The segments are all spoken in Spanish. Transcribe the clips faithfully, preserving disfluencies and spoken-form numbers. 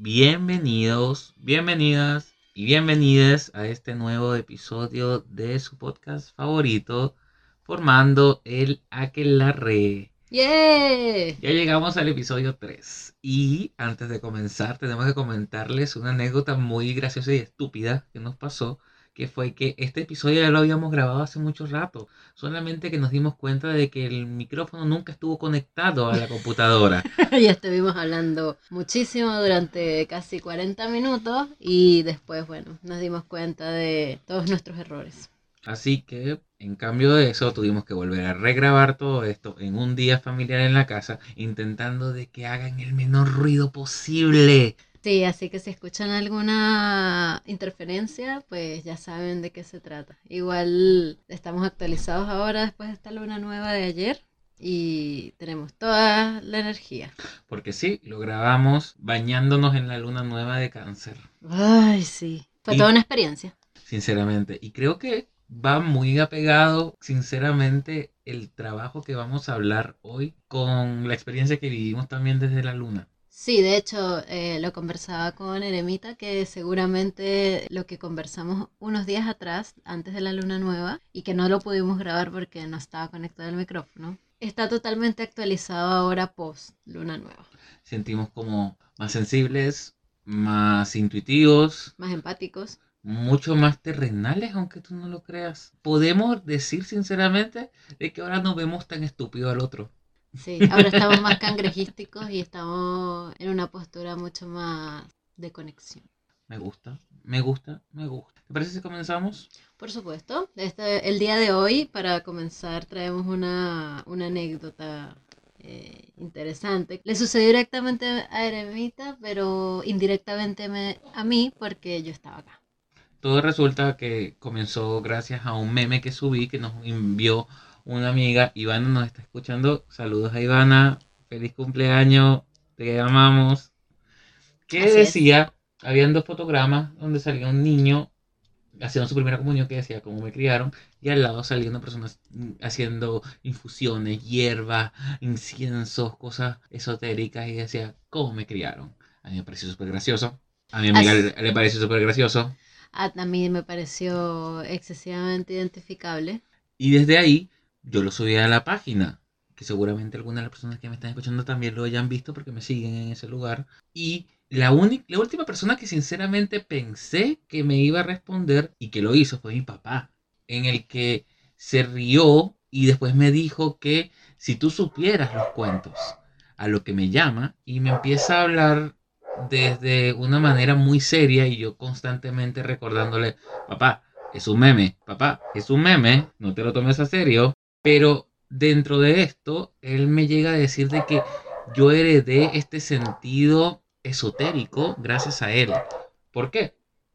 bienvenidos, bienvenidas y bienvenides a este nuevo episodio de su podcast favorito, Formando el Aquelarre. ¡Yeah! Ya llegamos al episodio tres y antes de comenzar tenemos que comentarles una anécdota muy graciosa y estúpida que nos pasó, que fue que este episodio ya lo habíamos grabado hace mucho rato, solamente que nos dimos cuenta de que el micrófono nunca estuvo conectado a la computadora. Ya estuvimos hablando muchísimo durante casi cuarenta minutos y después, bueno, nos dimos cuenta de todos nuestros errores. Así que, en cambio de eso, tuvimos que volver a regrabar todo esto en un día familiar en la casa, intentando de que hagan el menor ruido posible. Sí, así que si escuchan alguna interferencia, pues ya saben de qué se trata. Igual estamos actualizados ahora después de esta luna nueva de ayer y tenemos toda la energía. Porque sí, lo grabamos bañándonos en la luna nueva de Cáncer. Ay, sí. Fue Y- toda una experiencia. Sinceramente. Y creo que va muy apegado, sinceramente, el trabajo que vamos a hablar hoy con la experiencia que vivimos también desde la luna. Sí, de hecho, eh, lo conversaba con Eremita, que seguramente lo que conversamos unos días atrás, antes de la luna nueva, y que no lo pudimos grabar porque no estaba conectado el micrófono, está totalmente actualizado ahora post luna nueva. Sentimos como más sensibles, más intuitivos, Más empáticos. mucho más terrenales, aunque tú no lo creas. Podemos decir sinceramente de que ahora no vemos tan estúpido al otro. Sí, ahora estamos más cangrejísticos y estamos en una postura mucho más de conexión. Me gusta, me gusta, me gusta. ¿Te parece si comenzamos? Por supuesto, este, el día de hoy, para comenzar, traemos una, una anécdota eh, interesante. Le sucedió directamente a Eremita, pero indirectamente me- a mí, porque yo estaba acá. Todo resulta que comenzó gracias a un meme que subí que nos envió una amiga. Ivana nos está escuchando. Saludos a Ivana. Feliz cumpleaños. Te amamos. Que Así es. decía, habían dos fotogramas donde salía un niño haciendo su primera comunión que decía cómo me criaron, y al lado salía una persona haciendo infusiones, hierbas, inciensos, cosas esotéricas, y decía cómo me criaron. A mí me pareció súper gracioso. A mi amiga As- le, le pareció súper gracioso. a, a mí me pareció excesivamente identificable. Y desde ahí yo lo subí a la página, que seguramente algunas de las personas que me están escuchando también lo hayan visto porque me siguen en ese lugar. Y la, única, la última persona que sinceramente pensé que me iba a responder y que lo hizo fue mi papá, en el que se rió y después me dijo que si tú supieras los cuentos, a lo que me llama y me empieza a hablar desde una manera muy seria y yo constantemente recordándole, papá, es un meme, papá, es un meme, no te lo tomes a serio, pero dentro de esto, él me llega a decir de que yo heredé este sentido esotérico gracias a él. ¿Por qué?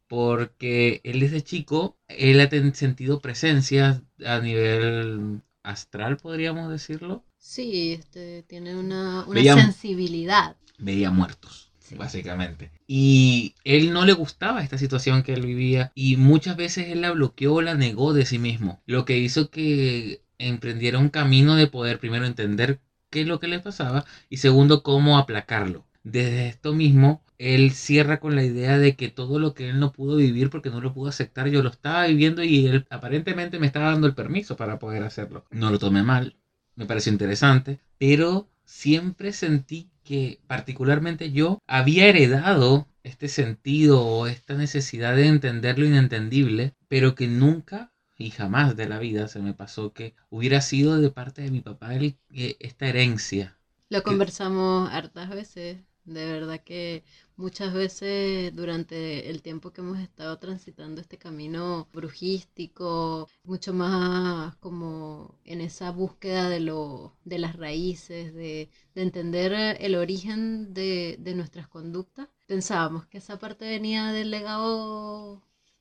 Porque él desde chico, él ha ten- sentido presencias a nivel astral, podríamos decirlo. Sí, este, tiene una, una Veía, sensibilidad. veía muertos. Sí. Básicamente. Y él no le gustaba esta situación que él vivía y muchas veces él la bloqueó o la negó de sí mismo, lo que hizo que emprendiera un camino de poder primero entender qué es lo que le pasaba y segundo cómo aplacarlo. Desde esto mismo, él cierra con la idea de que todo lo que él no pudo vivir porque no lo pudo aceptar, yo lo estaba viviendo y él aparentemente me estaba dando el permiso para poder hacerlo. No lo tomé mal, me pareció interesante, pero siempre sentí que particularmente yo había heredado este sentido o esta necesidad de entender lo inentendible, pero que nunca y jamás de la vida se me pasó que hubiera sido de parte de mi papá el, eh, esta herencia. Lo Que, conversamos hartas veces. De verdad que muchas veces durante el tiempo que hemos estado transitando este camino brujístico, mucho más como en esa búsqueda de lo, de las raíces, de, de entender el origen de, de nuestras conductas, pensábamos que esa parte venía del legado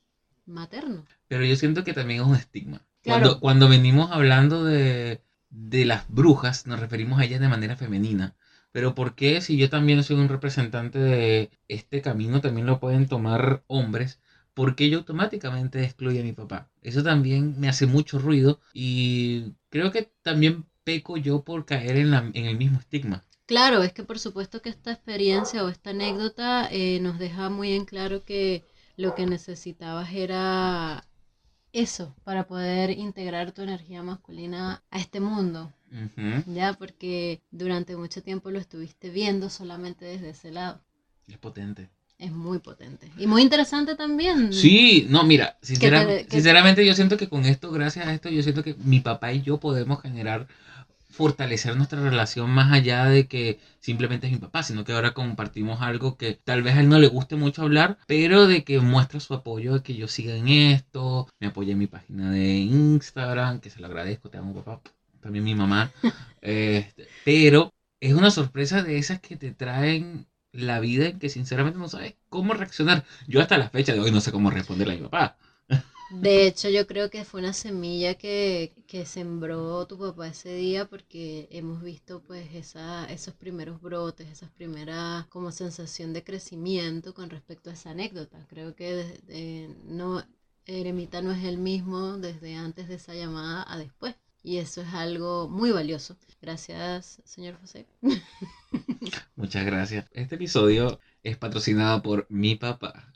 materno. pero yo siento que también es un estigma. Cuando, Claro, cuando venimos hablando de, de las brujas, nos referimos a ellas de manera femenina. Pero ¿por qué si yo también soy un representante de este camino, también lo pueden tomar hombres? ¿Por qué yo automáticamente excluyo a mi papá? Eso también me hace mucho ruido y creo que también peco yo por caer en, la, en el mismo estigma. Claro, es que por supuesto que esta experiencia o esta anécdota eh, nos deja muy en claro que lo que necesitabas era eso para poder integrar tu energía masculina a este mundo, Ujú. ya, porque durante mucho tiempo lo estuviste viendo solamente desde ese lado. Es potente. Es muy potente. Y muy interesante también Sí, no, mira, que sincera- te... Que, sinceramente yo siento que con esto, gracias a esto, yo siento que mi papá y yo podemos generar, fortalecer nuestra relación más allá de que simplemente es mi papá, sino que ahora compartimos algo que tal vez a él no le guste mucho hablar, pero de que muestra su apoyo de que yo siga en esto, me apoya en mi página de Instagram, que se lo agradezco, te amo papá, también mi mamá, este, pero es una sorpresa de esas que te traen la vida en que sinceramente no sabes cómo reaccionar. Yo hasta la fecha de hoy no sé cómo responderle a mi papá. de hecho, yo creo que fue una semilla que, que sembró tu papá ese día porque hemos visto pues esa, esos primeros brotes, esas primeras como sensación de crecimiento con respecto a esa anécdota. Creo que de- de- no, Eremita no es el mismo desde antes de esa llamada a después. Y eso es algo muy valioso. Gracias, señor José. Muchas gracias. Este episodio es patrocinado por mi papá.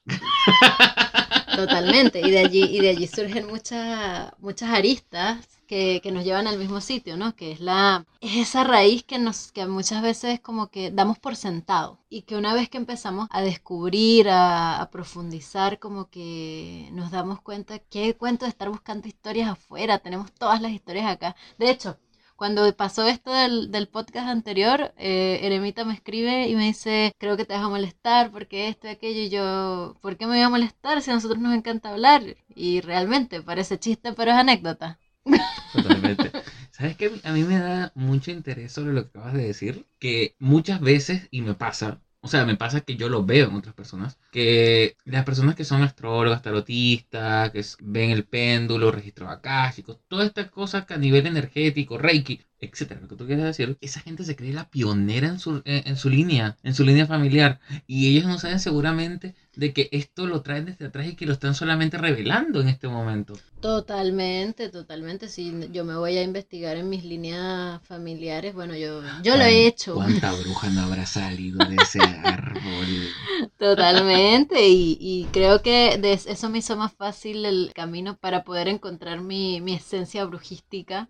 Totalmente, y de allí, y de allí surgen muchas, muchas aristas que, que nos llevan al mismo sitio, ¿no? Que es la, es esa raíz que nos, que muchas veces como que damos por sentado. Y que una vez que empezamos a descubrir, a, a profundizar, como que nos damos cuenta que cuento de estar buscando historias afuera, tenemos todas las historias acá. De hecho, cuando pasó esto del, del podcast anterior, eh, Eremita me escribe y me dice, creo que te vas a molestar porque esto y aquello, y yo, ¿por qué me voy a molestar si a nosotros nos encanta hablar? Y realmente parece chiste, pero es anécdota. Totalmente. ¿Sabes qué? A mí me da mucho interés sobre lo que acabas de decir, que muchas veces, y me pasa, o sea, me pasa que yo lo veo en otras personas, que las personas que son astrólogas, tarotistas, que s- ven el péndulo, registros akáshicos, todas estas cosas que a nivel energético, reiki, etcétera, lo que tú quieras decir, esa gente se cree la pionera en su, en, en su línea, en su línea familiar, y ellos no saben seguramente de que esto lo traen desde atrás y que lo están solamente revelando en este momento. Totalmente, totalmente. Si yo me voy a investigar en mis líneas familiares, bueno, yo, yo lo he ¿Cuán- hecho. ¿Cuánta bruja no habrá salido de ese árbol? Totalmente, y, y creo que de es- eso me hizo más fácil el camino para poder encontrar mi, mi esencia brujística,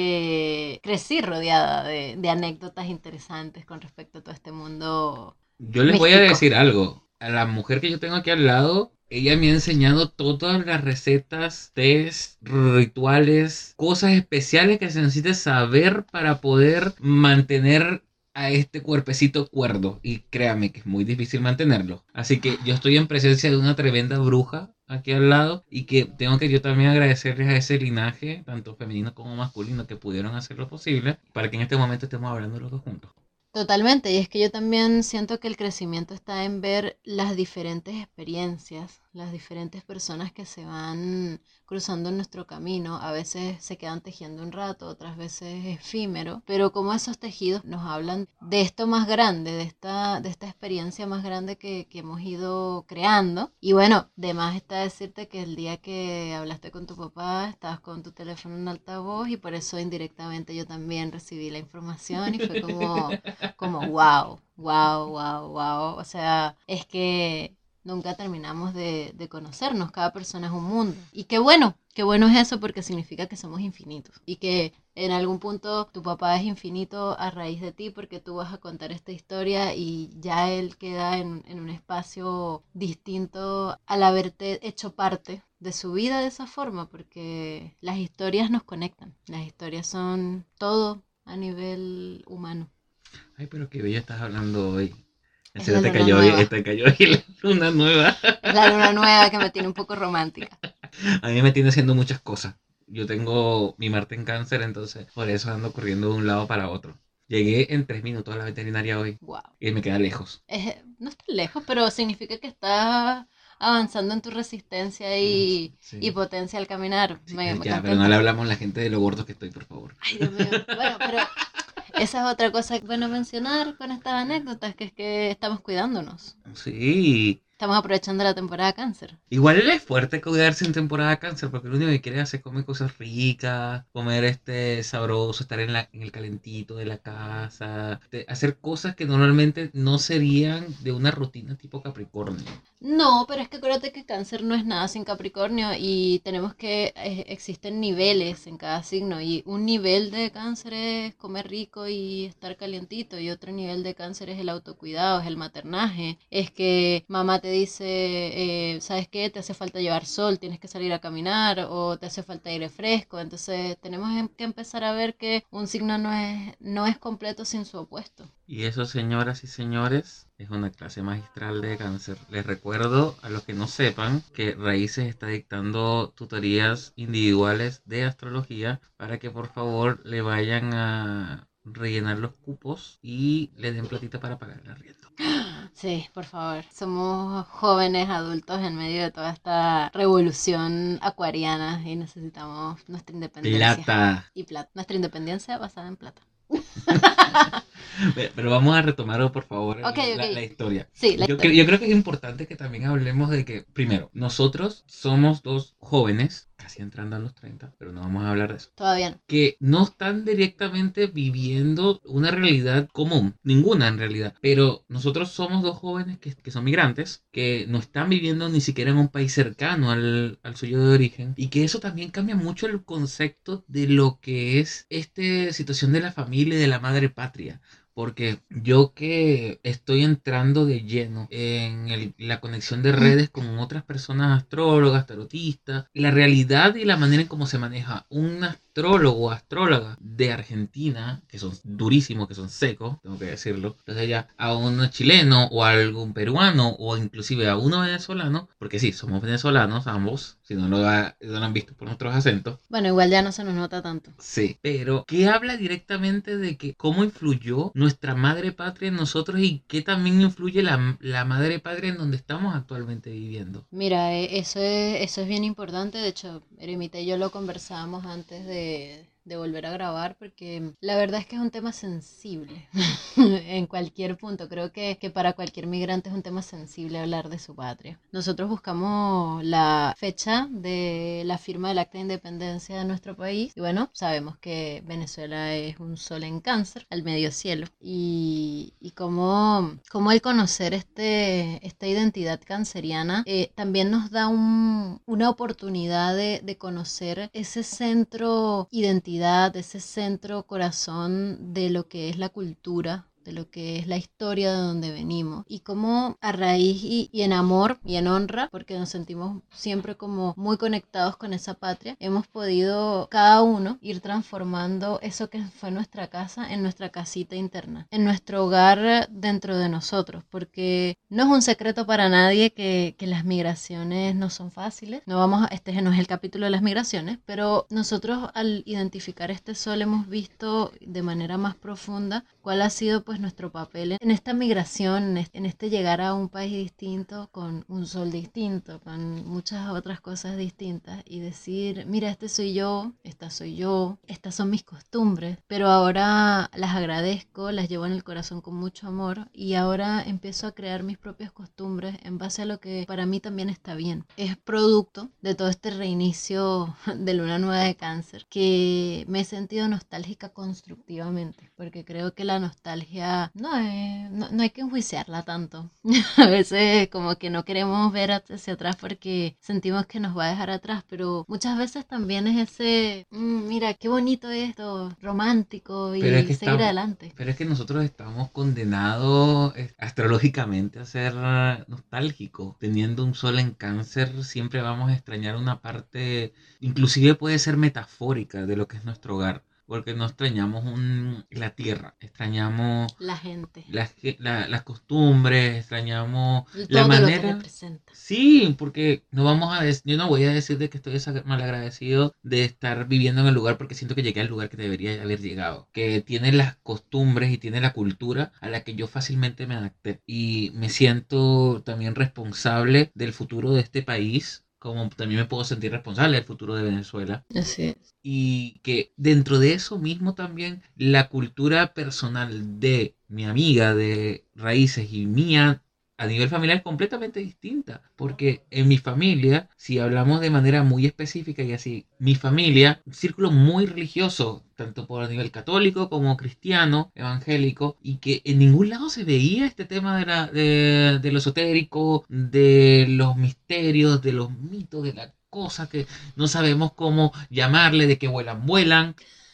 porque crecí rodeada de, de anécdotas interesantes con respecto a todo este mundo Yo les voy a místico. decir algo. A la mujer que yo tengo aquí al lado, ella me ha enseñado todas las recetas, test, rituales, cosas especiales que se necesita saber para poder mantener a este cuerpecito cuerdo. Y créame que es muy difícil mantenerlo. Así que yo estoy en presencia de una tremenda bruja aquí al lado y que tengo que yo también agradecerles a ese linaje, tanto femenino como masculino, que pudieron hacer lo posible para que en este momento estemos hablando los dos juntos. Totalmente, y es que yo también siento que el crecimiento está en ver las diferentes experiencias, las diferentes personas que se van cruzando en nuestro camino. A veces se quedan tejiendo un rato, otras veces efímero, pero como esos tejidos nos hablan de esto más grande, de esta, de esta experiencia más grande que, que hemos ido creando. Y bueno, de más está decirte que el día que hablaste con tu papá, estabas con tu teléfono en altavoz y por eso indirectamente yo también recibí la información y fue como como wow, wow, wow, wow. O sea, es que nunca terminamos de, de conocernos, cada persona es un mundo. Y qué bueno, qué bueno es eso porque significa que somos infinitos y que en algún punto tu papá es infinito a raíz de ti porque tú vas a contar esta historia y ya él queda en, en un espacio distinto al haberte hecho parte de su vida de esa forma porque las historias nos conectan, las historias son todo a nivel humano. Ay, pero qué bella estás hablando hoy. En Es la serio te luna cayó hoy, nueva. te cayó hoy la luna nueva. Es la luna nueva que me tiene un poco romántica. A mí me tiene haciendo muchas cosas. Yo tengo mi Marte en cáncer, entonces por eso ando corriendo de un lado para otro. Llegué en tres minutos a la veterinaria hoy Wow. y me queda lejos. Es, no está lejos, pero significa que estás avanzando en tu resistencia Mm, y, y sí, potencia al caminar. sí, Me, eh, me ya, pero no le contenta. hablamos a la gente de lo gordo que estoy, por favor. Ay, Dios mío. Bueno, pero esa es otra cosa bueno mencionar con estas anécdotas, que es que estamos cuidándonos. Sí, Estamos aprovechando la temporada cáncer. Igual es fuerte cuidarse en temporada de cáncer, porque lo único que quiere hacer es comer cosas ricas, comer este sabroso, estar en, la, en el calentito de la casa, de hacer cosas que normalmente no serían de una rutina tipo Capricornio. No, pero es que acuérdate que cáncer no es nada sin Capricornio y tenemos que, eh, existen niveles en cada signo y un nivel de cáncer es comer rico y estar calientito y otro nivel de cáncer es el autocuidado, es el maternaje, es que mamá te dice, eh, ¿sabes qué? Te hace falta llevar sol, tienes que salir a caminar o te hace falta aire fresco, entonces tenemos em- que empezar a ver que un signo no es, no es completo sin su opuesto. Y eso, señoras y señores, es una clase magistral de cáncer. Les recuerdo a los que no sepan que Raíces está dictando tutorías individuales de astrología para que por favor le vayan a rellenar los cupos y le den platita para pagar el arriendo. Sí, por favor. Somos jóvenes adultos en medio de toda esta revolución acuariana y necesitamos nuestra independencia. Plata. Y plata. Nuestra independencia basada en plata. Pero vamos a retomar, por favor, Ok, la, ok. la historia. Sí, la Yo, cre- historia. yo creo que es importante que también hablemos de que, primero, nosotros somos dos jóvenes, casi entrando a los treinta, pero no vamos a hablar de eso, Todavía no. que no están directamente viviendo una realidad común, ninguna en realidad, pero nosotros somos dos jóvenes que, que son migrantes, que no están viviendo ni siquiera en un país cercano al, al suyo de origen, y que eso también cambia mucho el concepto de lo que es esta situación de la familia y de la madre patria. Porque yo que estoy entrando de lleno en el- la conexión de redes con otras personas astrólogas, tarotistas, la realidad y la manera en cómo se maneja un astrólogo o astróloga de Argentina, que son durísimos, que son secos, tengo que decirlo, entonces ya a un chileno o a algún peruano o inclusive a uno venezolano, porque sí, somos venezolanos ambos, si no lo, ha- no lo han visto por nuestros acentos. Bueno, igual ya no se nos nota tanto. Sí, pero ¿qué habla directamente de que cómo influyó nuestra madre patria en nosotros y qué también influye la, la madre patria en donde estamos actualmente viviendo? Mira, eh, eso es, eso es bien importante. De hecho, Eremita y yo lo conversábamos antes de, de volver a grabar porque la verdad es que es un tema sensible en cualquier punto. Creo que, que para cualquier migrante es un tema sensible hablar de su patria. Nosotros buscamos la fecha de la firma del Acta de Independencia de nuestro país y bueno, sabemos que Venezuela es un sol en cáncer, al medio cielo. Y, y cómo, cómo el conocer este, esta identidad canceriana eh, también nos da un, una oportunidad de, de conocer ese centro identidad, ese centro corazón de lo que es la cultura, de lo que es la historia de donde venimos y cómo a raíz y, y en amor y en honra, porque nos sentimos siempre como muy conectados con esa patria, hemos podido cada uno ir transformando eso que fue nuestra casa en nuestra casita interna, en nuestro hogar dentro de nosotros, porque no es un secreto para nadie que, que las migraciones no son fáciles. No vamos a, este no es el capítulo de las migraciones, pero nosotros al identificar este sol hemos visto de manera más profunda cuál ha sido pues nuestro papel en esta migración, en este llegar a un país distinto, con un sol distinto, con muchas otras cosas distintas y decir, mira, este soy yo, esta soy yo, estas son mis costumbres, pero ahora las agradezco, las llevo en el corazón con mucho amor y ahora empiezo a crear mis propias costumbres en base a lo que para mí también está bien. Es producto de todo este reinicio de luna nueva de cáncer que me he sentido nostálgica constructivamente, porque creo que la nostalgia no, es, no, no hay que enjuiciarla tanto. A veces como que no queremos ver hacia atrás porque sentimos que nos va a dejar atrás, pero muchas veces también es ese, mmm, mira, qué bonito esto, romántico Pero es y que seguir estamos, adelante. pero es que nosotros estamos condenados eh, astrológicamente a ser eh, nostálgicos. Teniendo un sol en cáncer, siempre vamos a extrañar una parte, inclusive puede ser metafórica de lo que es nuestro hogar. Porque no extrañamos un, la tierra, extrañamos La gente, las, ge- la- las costumbres, extrañamos la todo lo que manera. representa. Sí, porque no vamos a des- yo no voy a decir de que estoy desa- malagradecido de estar viviendo en el lugar porque siento que llegué al lugar que debería haber llegado, que tiene las costumbres y tiene la cultura a la que yo fácilmente me adapté y me siento también responsable del futuro de este país, como también me puedo sentir responsable del futuro de Venezuela. Así es. Y que dentro de eso mismo también la cultura personal de mi amiga de Raíces y mía a nivel familiar completamente distinta, porque en mi familia, si hablamos de manera muy específica y así, mi familia, un círculo muy religioso, tanto por a nivel católico como cristiano, evangélico, y que en ningún lado se veía este tema de, la, de, de lo esotérico, de los misterios, de los mitos, de la cosa que no sabemos cómo llamarle, de que vuelan, vuelan,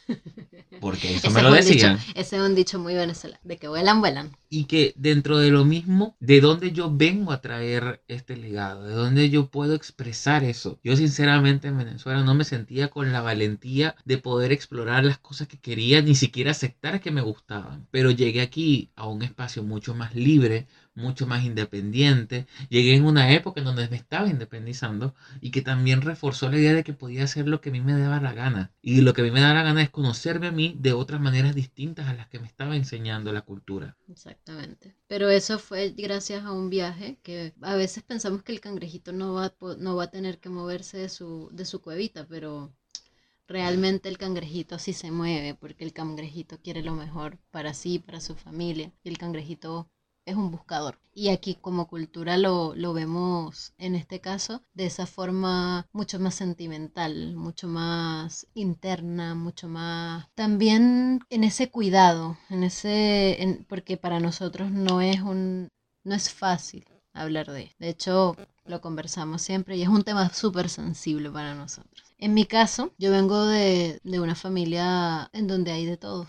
porque eso Ese me es lo un dicho, decían. ese es un dicho muy venezolano, de que vuelan, vuelan. Y que dentro de lo mismo, de dónde yo vengo a traer este legado, de dónde yo puedo expresar eso. Yo sinceramente en Venezuela no me sentía con la valentía de poder explorar las cosas que quería, ni siquiera aceptar que me gustaban. Pero llegué aquí a un espacio mucho más libre, mucho más independiente. Llegué en una época en donde me estaba independizando y que también reforzó la idea de que podía hacer lo que a mí me daba la gana. Y lo que a mí me daba la gana es conocerme a mí de otras maneras distintas a las que me estaba enseñando la cultura. Exactamente. Pero eso fue gracias a un viaje que a veces pensamos que el cangrejito no va a, po- no va a tener que moverse de su, de su cuevita, pero realmente el cangrejito sí se mueve porque el cangrejito quiere lo mejor para sí, para su familia. Y el cangrejito es un buscador. Y aquí como cultura lo, lo vemos en este caso de esa forma mucho más sentimental, mucho más interna, mucho más también en ese cuidado, en ese, en- porque para nosotros no es un, no es fácil hablar de esto. De hecho, lo conversamos siempre y es un tema súper sensible para nosotros. En mi caso, yo vengo de, de una familia en donde hay de todo.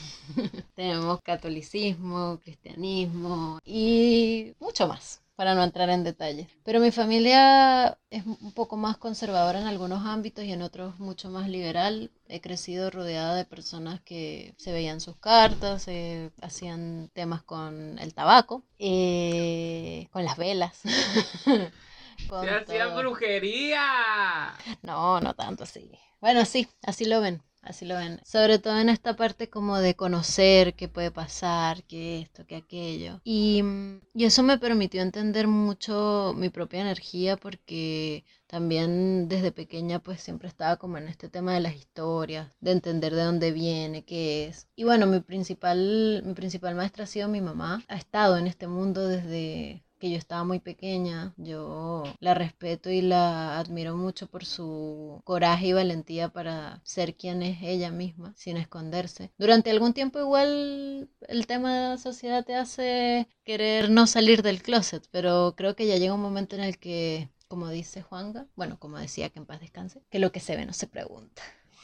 Tenemos catolicismo, cristianismo y mucho más, para no entrar en detalles. Pero mi familia es un poco más conservadora en algunos ámbitos y en otros mucho más liberal. He crecido rodeada de personas que se veían sus cartas, eh, hacían temas con el tabaco, eh, con las velas. ¡Se Con hacía todo. brujería! No, no tanto así. Bueno, sí, así lo ven, así lo ven. Sobre todo en esta parte como de conocer qué puede pasar, qué esto, qué aquello. Y, mm, y eso me permitió entender mucho mi propia energía porque también desde pequeña pues siempre estaba como en este tema de las historias, de entender de dónde viene, qué es. Y bueno, mi principal, mi principal maestra ha sido mi mamá. Ha estado en este mundo desde que yo estaba muy pequeña. Yo la respeto y la admiro mucho por su coraje y valentía para ser quien es ella misma, sin esconderse. Durante algún tiempo igual el tema de la sociedad te hace querer no salir del closet, pero creo que ya llega un momento en el que, como dice Juanga, bueno, como decía, que en paz descanse, que lo que se ve no se pregunta.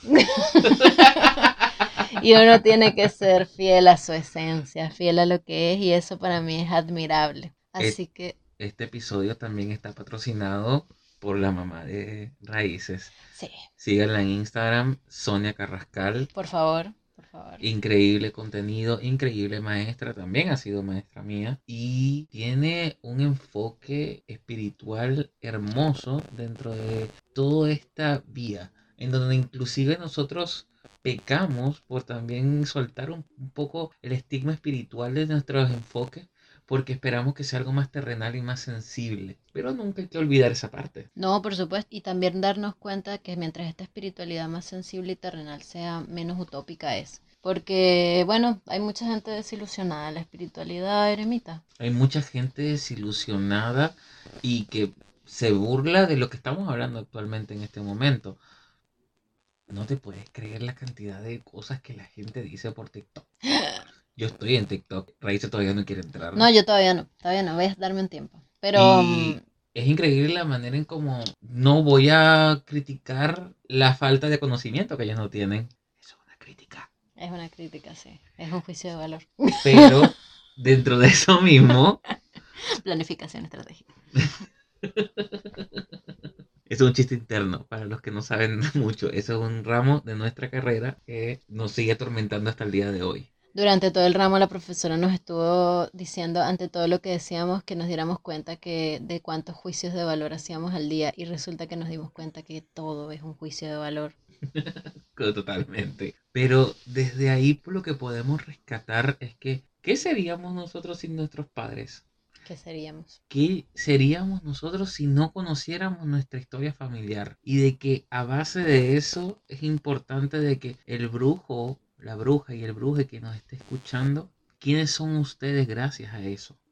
Y uno tiene que ser fiel a su esencia, fiel a lo que es, y eso para mí es admirable. Et- Así que Este episodio también está patrocinado por la mamá de Raíces. sí, Síganla en Instagram, Sonia Carrascal. por favor, por favor. Increíble contenido, increíble maestra, también ha sido maestra mía y tiene un enfoque espiritual hermoso dentro de toda esta vía, en donde inclusive nosotros pecamos por también soltar un, un poco el estigma espiritual de nuestros enfoques, porque esperamos que sea algo más terrenal y más sensible, pero nunca hay que olvidar esa parte. No, por supuesto, y también darnos cuenta que mientras esta espiritualidad más sensible y terrenal sea menos utópica es. Porque, bueno, hay mucha gente desilusionada de la espiritualidad eremita. Hay mucha gente desilusionada y que se burla de lo que estamos hablando actualmente en este momento. No te puedes creer la cantidad de cosas que la gente dice por TikTok. Yo estoy en TikTok, Raíces todavía no quiere entrar. No, yo todavía no, todavía no, voy a darme un tiempo. Pero mm, Y es increíble la manera en cómo no voy a criticar la falta de conocimiento que ellos no tienen. Eso es una crítica. es una crítica, sí, es un juicio de valor. Pero dentro de eso mismo, Planificación estratégica. es un chiste interno para los que no saben mucho. Eso es un ramo de nuestra carrera que nos sigue atormentando hasta el día de hoy. Durante todo el ramo la profesora nos estuvo diciendo ante todo lo que decíamos que nos diéramos cuenta que de cuántos juicios de valor hacíamos al día y resulta que nos dimos cuenta que todo es un juicio de valor. Totalmente. Pero desde ahí por lo que podemos rescatar es que, ¿qué seríamos nosotros sin nuestros padres? ¿Qué seríamos? ¿Qué seríamos nosotros si no conociéramos nuestra historia familiar? Y de que a base de eso es importante de que el brujo, la bruja y el bruje que nos esté escuchando, ¿quiénes son ustedes gracias a eso?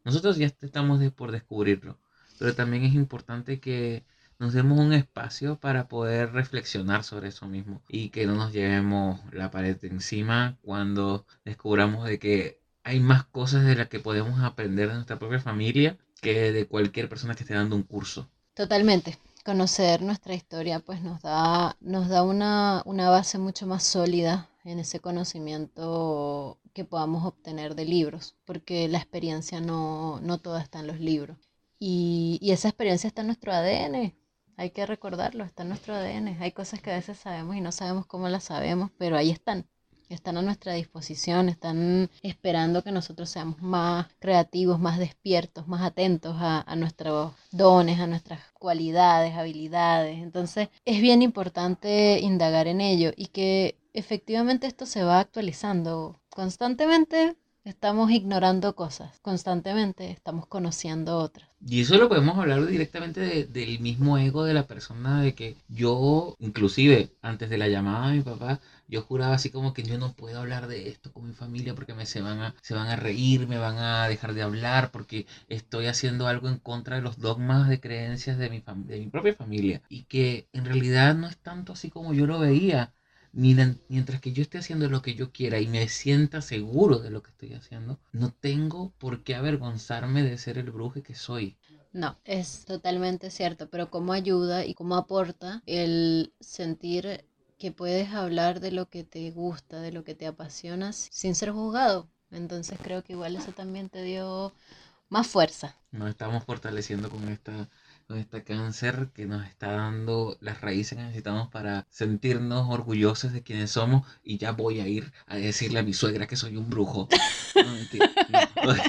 Nosotros ya estamos de- por descubrirlo, pero también es importante que nos demos un espacio para poder reflexionar sobre eso mismo y que no nos llevemos la pared de encima cuando descubramos de que hay más cosas de las que podemos aprender de nuestra propia familia que de cualquier persona que esté dando un curso. Totalmente. Conocer nuestra historia pues nos da, nos da una, una base mucho más sólida en ese conocimiento que podamos obtener de libros, porque la experiencia no, no toda está en los libros. Y, y esa experiencia está en nuestro A D N, hay que recordarlo, está en nuestro A D N. Hay cosas que a veces sabemos y no sabemos cómo las sabemos, pero ahí están. Están a nuestra disposición, están esperando que nosotros seamos más creativos, más despiertos, más atentos a, a nuestros dones, a nuestras cualidades, habilidades. Entonces es bien importante indagar en ello y que efectivamente esto se va actualizando constantemente. Estamos ignorando cosas, constantemente estamos conociendo otras. Y eso lo podemos hablar directamente de- del mismo ego de la persona, de que yo, inclusive antes de la llamada de mi papá, yo juraba así como que yo no puedo hablar de esto con mi familia porque me se van a, se van a reír, me van a dejar de hablar porque estoy haciendo algo en contra de los dogmas de creencias de mi, fam- de mi propia familia. Y que en realidad no es tanto así como yo lo veía. Mira, mientras que yo esté haciendo lo que yo quiera y me sienta seguro de lo que estoy haciendo, no tengo por qué avergonzarme de ser el brujo que soy. No, es totalmente cierto, pero cómo ayuda y cómo aporta el sentir que puedes hablar de lo que te gusta, de lo que te apasiona sin ser juzgado. Entonces creo que igual eso también te dio más fuerza. Nos estamos fortaleciendo con esta, con esta cáncer que nos está dando las raíces que necesitamos para sentirnos orgullosos de quienes somos. Y ya voy a ir a decirle a mi suegra que soy un brujo. No, mentira, no.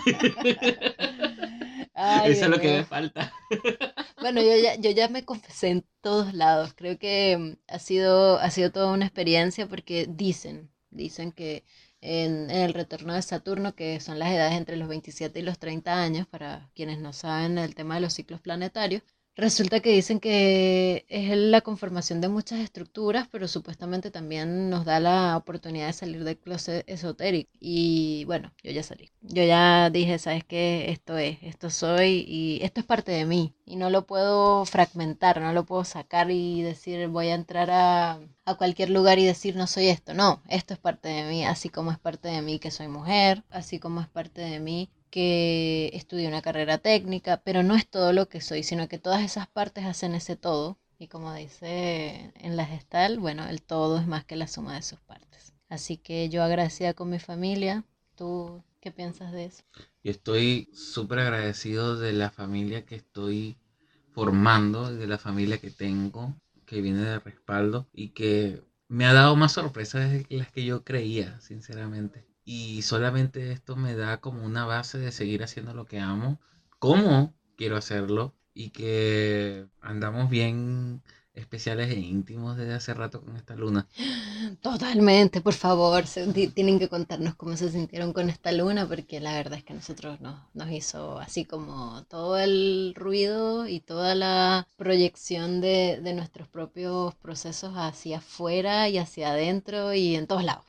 Ay, Eso es Dios lo que mío. me falta. Bueno, yo ya, yo ya me confesé en todos lados. Creo que mm, ha sido, ha sido toda una experiencia porque dicen, dicen que en, en el retorno de Saturno, que son las edades entre los veintisiete y los treinta años, para quienes no saben el tema de los ciclos planetarios, resulta que dicen que es la conformación de muchas estructuras, pero supuestamente también nos da la oportunidad de salir del closet esotérico. Y bueno, yo ya salí. Yo ya dije, ¿sabes qué? Esto es, esto soy y esto es parte de mí. Y no lo puedo fragmentar, no lo puedo sacar y decir, voy a entrar a, a cualquier lugar y decir, no soy esto. No, esto es parte de mí, así como es parte de mí que soy mujer, así como es parte de mí que estudié una carrera técnica, pero no es todo lo que soy, sino que todas esas partes hacen ese todo. Y como dice en la gestal, bueno, el todo es más que la suma de sus partes. Así que yo agradecida con mi familia. ¿Tú qué piensas de eso? Y estoy súper agradecido de la familia que estoy formando, de la familia que tengo, que viene de respaldo y que me ha dado más sorpresas de las que yo creía, sinceramente. Y solamente esto me da como una base de seguir haciendo lo que amo, cómo quiero hacerlo y que andamos bien especiales e íntimos desde hace rato con esta luna. Totalmente, por favor, se- ti- tienen que contarnos cómo se sintieron con esta luna, porque la verdad es que a nosotros nos, nos hizo así como todo el ruido y toda la proyección de, de nuestros propios procesos hacia afuera y hacia adentro y en todos lados.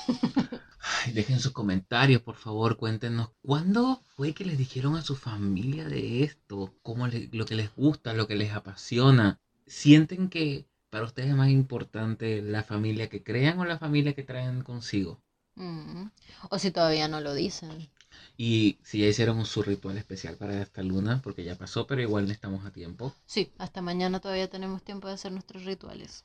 Ay, dejen sus comentarios, por favor, cuéntenos cuándo fue que les dijeron a su familia de esto, cómo le- lo que les gusta, lo que les apasiona. ¿Sienten que para ustedes es más importante la familia que crean o la familia que traen consigo? Mm. O si todavía no lo dicen. Y si ya hicieron su ritual especial para esta luna, porque ya pasó, pero igual no estamos a tiempo. Sí, hasta mañana todavía tenemos tiempo de hacer nuestros rituales.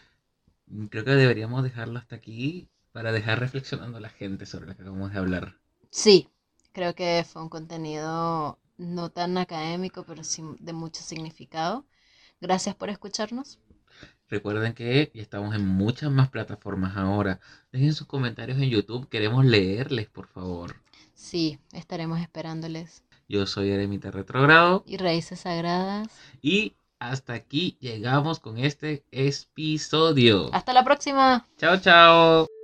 Mm, Creo que deberíamos dejarlo hasta aquí para dejar reflexionando a la gente sobre lo que acabamos de hablar. Sí, creo que fue un contenido no tan académico, pero sí de mucho significado. Gracias por escucharnos. Recuerden que ya estamos en muchas más plataformas ahora. Dejen sus comentarios en YouTube. Queremos leerles, por favor. Sí, estaremos esperándoles. Yo soy Eremita Retrogrado. Y raíces sagradas. Y hasta aquí llegamos con este episodio. Hasta la próxima. Chao, chao.